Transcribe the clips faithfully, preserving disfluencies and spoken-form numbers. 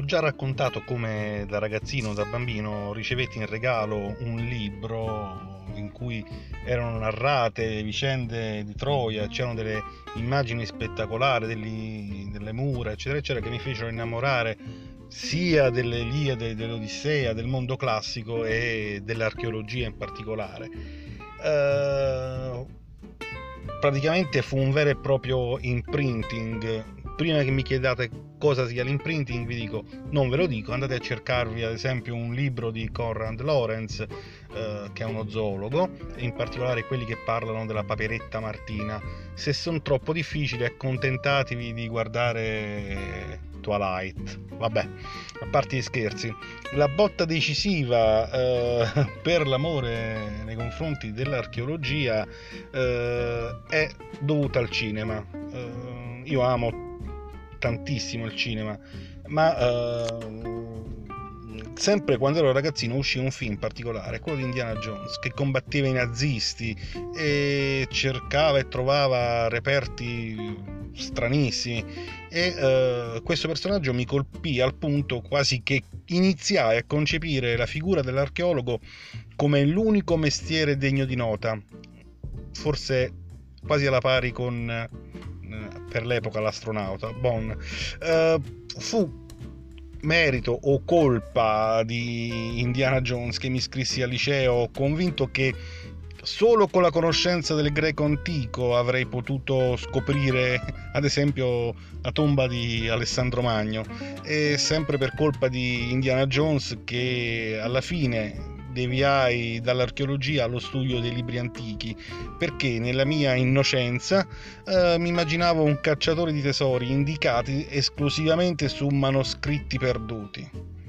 già raccontato come da ragazzino, da bambino, ricevetti in regalo un libro in cui erano narrate le vicende di Troia, c'erano delle immagini spettacolari degli, delle mura, eccetera, eccetera, che mi fecero innamorare sia dell'Iliade, dell'Odissea, del mondo classico e dell'archeologia in particolare. Uh, praticamente fu un vero e proprio imprinting. Prima che mi chiedate cosa sia l'imprinting, vi dico, non ve lo dico, andate a cercarvi ad esempio un libro di Konrad Lorenz, eh, che è uno zoologo, in particolare quelli che parlano della paperetta martina. Se sono troppo difficili, accontentatevi di guardare Twilight. Vabbè, a parte gli scherzi, la botta decisiva eh, per l'amore nei confronti dell'archeologia eh, è dovuta al cinema. Eh, io amo tantissimo il cinema, ma uh, sempre quando ero ragazzino uscì un film particolare, quello di Indiana Jones, che combatteva i nazisti e cercava e trovava reperti stranissimi, e uh, questo personaggio mi colpì al punto quasi che iniziai a concepire la figura dell'archeologo come l'unico mestiere degno di nota, forse quasi alla pari con per l'epoca l'astronauta Bon. Uh, fu merito o colpa di Indiana Jones che mi iscrissi al liceo convinto che solo con la conoscenza del greco antico avrei potuto scoprire ad esempio la tomba di Alessandro Magno, e sempre per colpa di Indiana Jones che alla fine deviai dall'archeologia allo studio dei libri antichi, perché nella mia innocenza eh, mi immaginavo un cacciatore di tesori indicati esclusivamente su manoscritti perduti.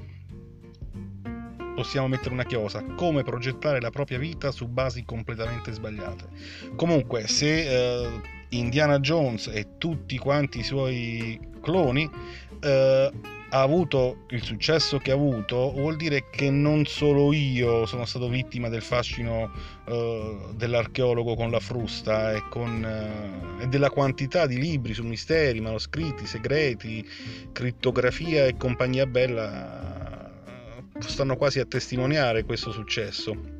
Possiamo mettere una chiosa: come progettare la propria vita su basi completamente sbagliate. Comunque, se eh, Indiana Jones e tutti quanti i suoi cloni eh, ha avuto il successo che ha avuto, vuol dire che non solo io sono stato vittima del fascino uh, dell'archeologo con la frusta e, con, uh, e della quantità di libri su misteri, manoscritti, segreti, crittografia e compagnia bella uh, stanno quasi a testimoniare questo successo.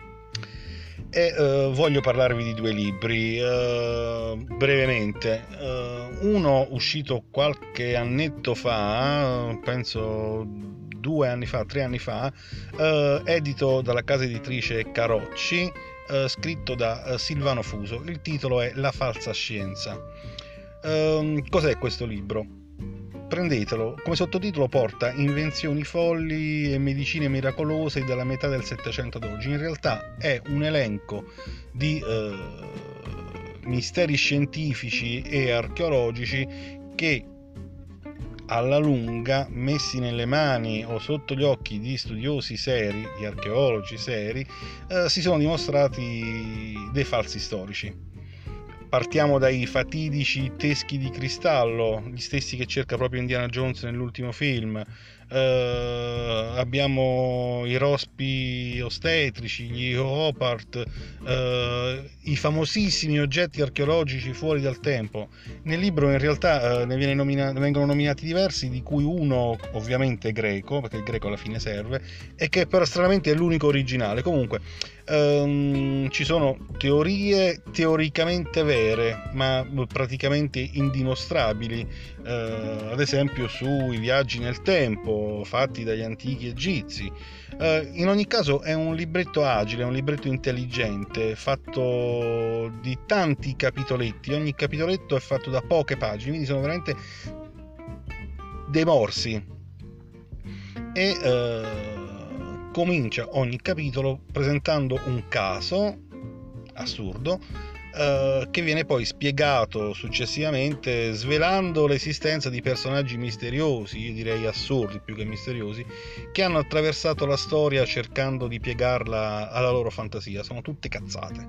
E uh, voglio parlarvi di due libri uh, brevemente. Uh, uno uscito qualche annetto fa, penso due anni fa, tre anni fa, uh, edito dalla casa editrice Carocci, uh, scritto da uh, Silvano Fuso. Il titolo è La falsa scienza. Uh, cos'è questo libro? Prendetelo, come sottotitolo porta Invenzioni folli e medicine miracolose dalla metà del Settecento ad oggi. In realtà è un elenco di eh, misteri scientifici e archeologici che alla lunga, messi nelle mani o sotto gli occhi di studiosi seri, di archeologi seri, eh, si sono dimostrati dei falsi storici. Partiamo dai fatidici teschi di cristallo, gli stessi che cerca proprio Indiana Jones nell'ultimo film. Uh, abbiamo i rospi ostetrici, gli Opart, uh, i famosissimi oggetti archeologici fuori dal tempo. Nel libro in realtà uh, ne, viene nomina- ne vengono nominati diversi, di cui uno ovviamente greco, perché il greco alla fine serve, e che però stranamente è l'unico originale. Comunque um, ci sono teorie teoricamente vere ma praticamente indimostrabili, uh, ad esempio sui viaggi nel tempo fatti dagli antichi egizi. Uh, in ogni caso è un libretto agile, è un libretto intelligente, fatto di tanti capitoletti. Ogni capitoletto è fatto da poche pagine, quindi sono veramente dei morsi, e uh, comincia ogni capitolo presentando un caso assurdo Uh, che viene poi spiegato successivamente, svelando l'esistenza di personaggi misteriosi, io direi assurdi più che misteriosi, che hanno attraversato la storia cercando di piegarla alla loro fantasia. Sono tutte cazzate.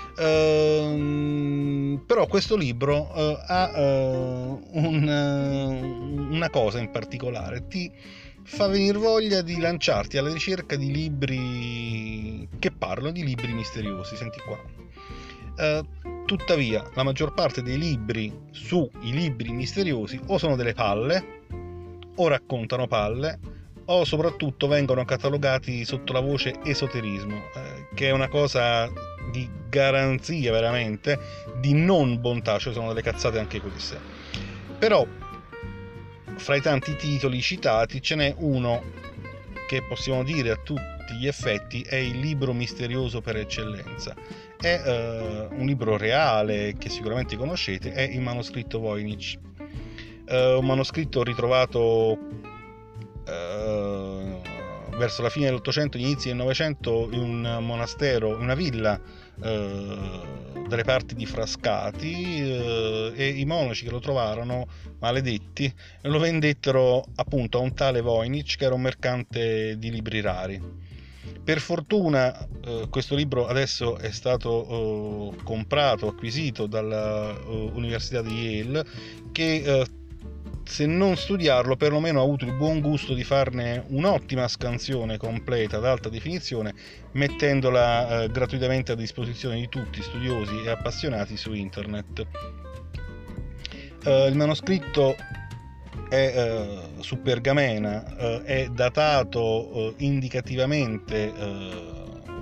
Uh, però questo libro uh, ha uh, un, uh, una cosa in particolare: ti fa venire voglia di lanciarti alla ricerca di libri che parlano di libri misteriosi. Senti qua. Uh, tuttavia la maggior parte dei libri sui libri misteriosi o sono delle palle o raccontano palle o soprattutto vengono catalogati sotto la voce esoterismo, eh, che è una cosa di garanzia veramente di non bontà, cioè sono delle cazzate anche queste. Però fra i tanti titoli citati ce n'è uno che possiamo dire a tutti gli effetti è il libro misterioso per eccellenza. È eh, un libro reale che sicuramente conoscete, è il manoscritto Voynich, eh, un manoscritto ritrovato eh, verso la fine dell'Ottocento, inizi del Novecento, in un monastero, in una villa eh, dalle parti di Frascati, eh, e i monaci che lo trovarono maledetti lo vendettero appunto a un tale Voynich, che era un mercante di libri rari. Per fortuna eh, questo libro adesso è stato eh, comprato, acquisito dall'Università uh, di Yale, che eh, se non studiarlo perlomeno ha avuto il buon gusto di farne un'ottima scansione completa ad alta definizione, mettendola eh, gratuitamente a disposizione di tutti studiosi e appassionati su internet. Eh, il manoscritto è eh, su pergamena, eh, è datato eh, indicativamente eh,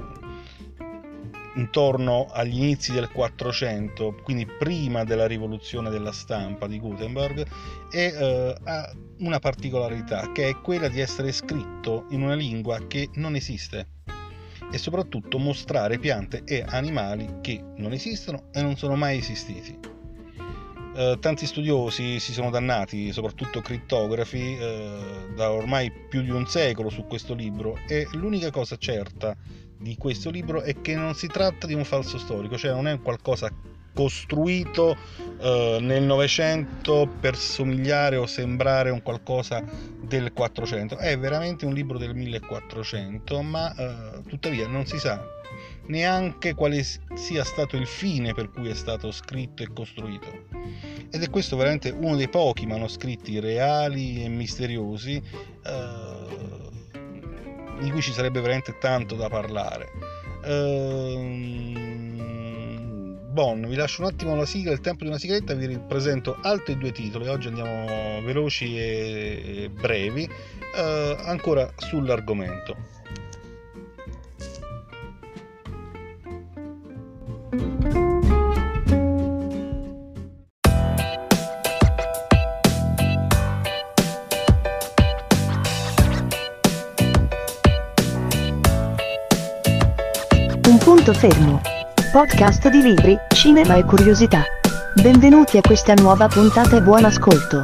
intorno agli inizi del quattrocento, quindi prima della rivoluzione della stampa di Gutenberg, e eh, ha una particolarità, che è quella di essere scritto in una lingua che non esiste e soprattutto mostrare piante e animali che non esistono e non sono mai esistiti. Eh, tanti studiosi si sono dannati, soprattutto crittografi, eh, da ormai più di un secolo su questo libro, e l'unica cosa certa di questo libro è che non si tratta di un falso storico, cioè non è qualcosa costruito eh, nel Novecento per somigliare o sembrare un qualcosa del Quattrocento, è veramente un libro del millequattrocento, ma eh, tuttavia non si sa neanche quale sia stato il fine per cui è stato scritto e costruito, ed è questo veramente uno dei pochi manoscritti reali e misteriosi eh, di cui ci sarebbe veramente tanto da parlare. Ehm, bon, vi lascio un attimo la sigla, il tempo di una sigaretta, vi ripresento altri due titoli. Oggi andiamo veloci e brevi, eh, ancora sull'argomento. Un punto fermo. Podcast di libri, cinema e curiosità. Benvenuti a questa nuova puntata e buon ascolto.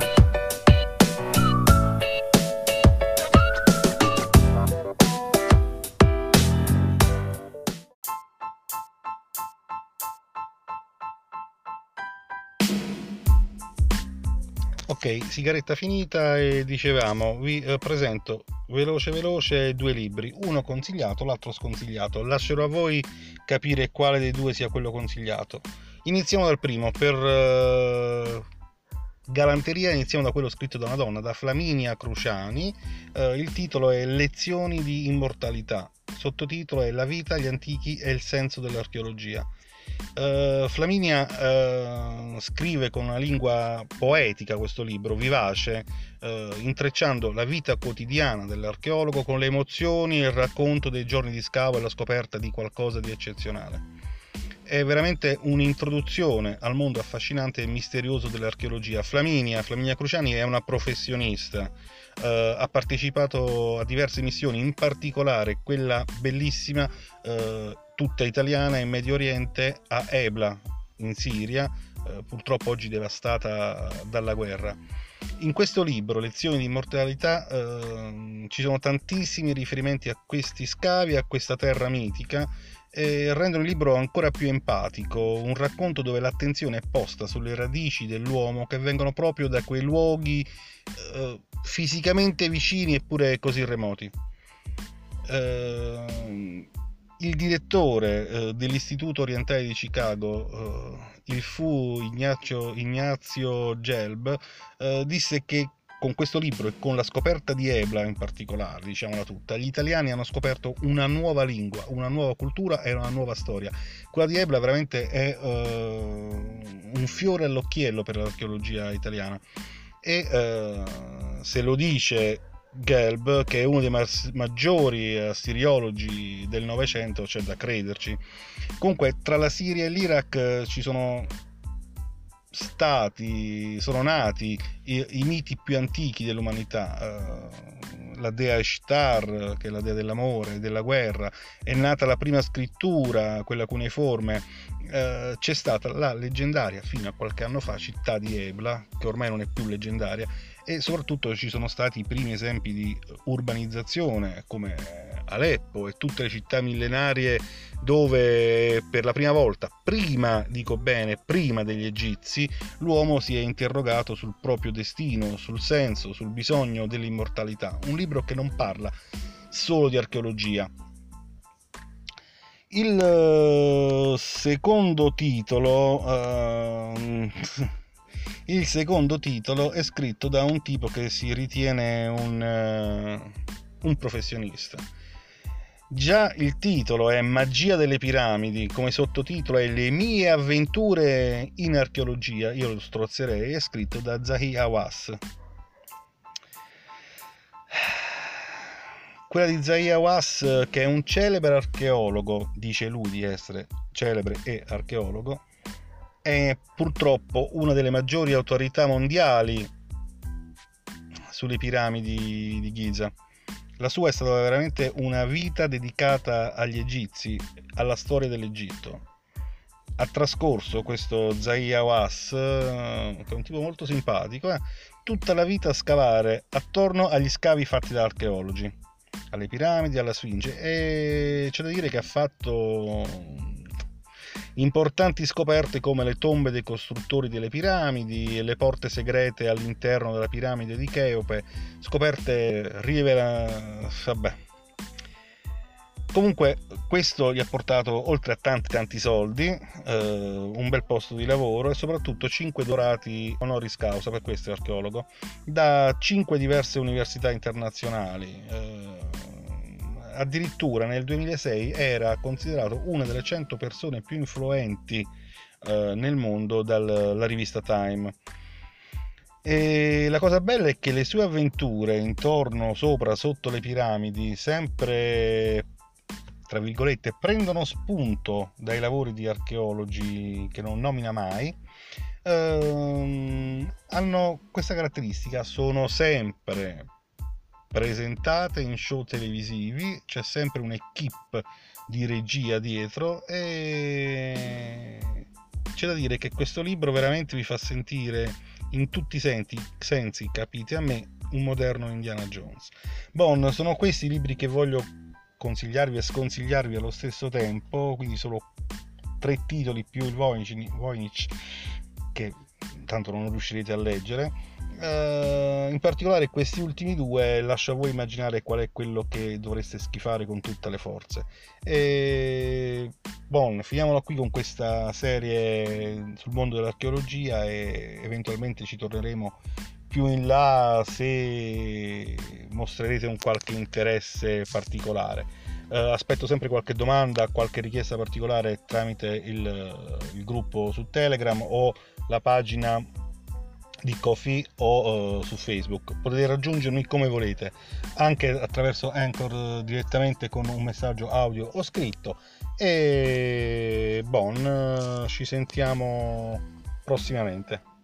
Ok, sigaretta finita, e dicevamo, vi eh, presento veloce veloce due libri, uno consigliato, l'altro sconsigliato. Lascerò a voi capire quale dei due sia quello consigliato. Iniziamo dal primo, per eh, galanteria iniziamo da quello scritto da una donna, da Flaminia Cruciani. Eh, il titolo è Lezioni di immortalità, sottotitolo è La vita, gli antichi e il senso dell'archeologia. Uh, Flaminia uh, scrive con una lingua poetica questo libro, vivace, uh, intrecciando la vita quotidiana dell'archeologo con le emozioni e il racconto dei giorni di scavo e la scoperta di qualcosa di eccezionale. È veramente un'introduzione al mondo affascinante e misterioso dell'archeologia. Flaminia, Flaminia Cruciani è una professionista, uh, ha partecipato a diverse missioni, in particolare quella bellissima uh, tutta italiana in Medio Oriente, a Ebla in Siria, eh, purtroppo oggi devastata dalla guerra. In questo libro, Lezioni di immortalità, eh, ci sono tantissimi riferimenti a questi scavi, a questa terra mitica, e rendono il libro ancora più empatico, un racconto dove l'attenzione è posta sulle radici dell'uomo che vengono proprio da quei luoghi eh, fisicamente vicini eppure così remoti. Eh, Il direttore eh, dell'Istituto Orientale di Chicago, eh, il fu Ignazio, Ignazio Gelb, eh, disse che con questo libro e con la scoperta di Ebla in particolare, diciamola tutta, gli italiani hanno scoperto una nuova lingua, una nuova cultura e una nuova storia. Quella di Ebla veramente è eh, un fiore all'occhiello per l'archeologia italiana. E eh, uh, se lo dice Gelb, che è uno dei mas- maggiori assiriologi del Novecento, c'è da crederci. Comunque tra la Siria e l'Iraq ci sono stati, sono nati i, i miti più antichi dell'umanità. Uh, la dea Ishtar, che è la dea dell'amore e della guerra, è nata la prima scrittura, quella cuneiforme. Uh, c'è stata la leggendaria, fino a qualche anno fa, città di Ebla, che ormai non è più leggendaria, e soprattutto ci sono stati i primi esempi di urbanizzazione come Aleppo e tutte le città millenarie dove per la prima volta, prima, dico bene, prima degli egizi, l'uomo si è interrogato sul proprio destino, sul senso, sul bisogno dell'immortalità. Un libro che non parla solo di archeologia. Il uh, secondo titolo uh, il secondo titolo è scritto da un tipo che si ritiene un, uh, un professionista. Già il titolo è Magia delle piramidi, come sottotitolo è Le mie avventure in archeologia, io lo strozzerei, è scritto da Zahi Hawass. Quella di Zahi Hawass, che è un celebre archeologo, dice lui di essere celebre e archeologo, è purtroppo una delle maggiori autorità mondiali sulle piramidi di Giza. La sua è stata veramente una vita dedicata agli egizi, alla storia dell'Egitto. Ha trascorso questo Zahi Hawass, che è un tipo molto simpatico, eh, tutta la vita a scavare attorno agli scavi fatti da archeologi, alle piramidi, alla Sfinge, e c'è da dire che ha fatto importanti scoperte come le tombe dei costruttori delle piramidi e le porte segrete all'interno della piramide di Cheope, scoperte rivela... vabbè. Comunque questo gli ha portato, oltre a tanti tanti soldi, eh, un bel posto di lavoro e soprattutto cinque dorati honoris causa, per questo è archeologo, da cinque diverse università internazionali. Eh, addirittura nel duemilasei era considerato una delle cento persone più influenti eh, nel mondo dalla rivista Time. E la cosa bella è che le sue avventure intorno, sopra, sotto le piramidi, sempre tra virgolette, prendono spunto dai lavori di archeologi che non nomina mai, ehm, hanno questa caratteristica: sono sempre presentate in show televisivi, c'è sempre un'equipe di regia dietro, e c'è da dire che questo libro veramente vi fa sentire in tutti i sensi, sensi capite a me, un moderno Indiana Jones. Bon, sono questi i libri che voglio consigliarvi e sconsigliarvi allo stesso tempo, quindi solo tre titoli più il Voynich, Voynich che tanto non riuscirete a leggere. Uh, in particolare questi ultimi due lascio a voi immaginare qual è quello che dovreste schifare con tutte le forze. E bon, finiamola qui con questa serie sul mondo dell'archeologia e eventualmente ci torneremo più in là se mostrerete un qualche interesse particolare. Uh, aspetto sempre qualche domanda, qualche richiesta particolare tramite il, il gruppo su Telegram o la pagina di Ko-fi o uh, su Facebook. Potete raggiungermi come volete, anche attraverso Anchor direttamente con un messaggio audio o scritto. E bon, uh, ci sentiamo prossimamente.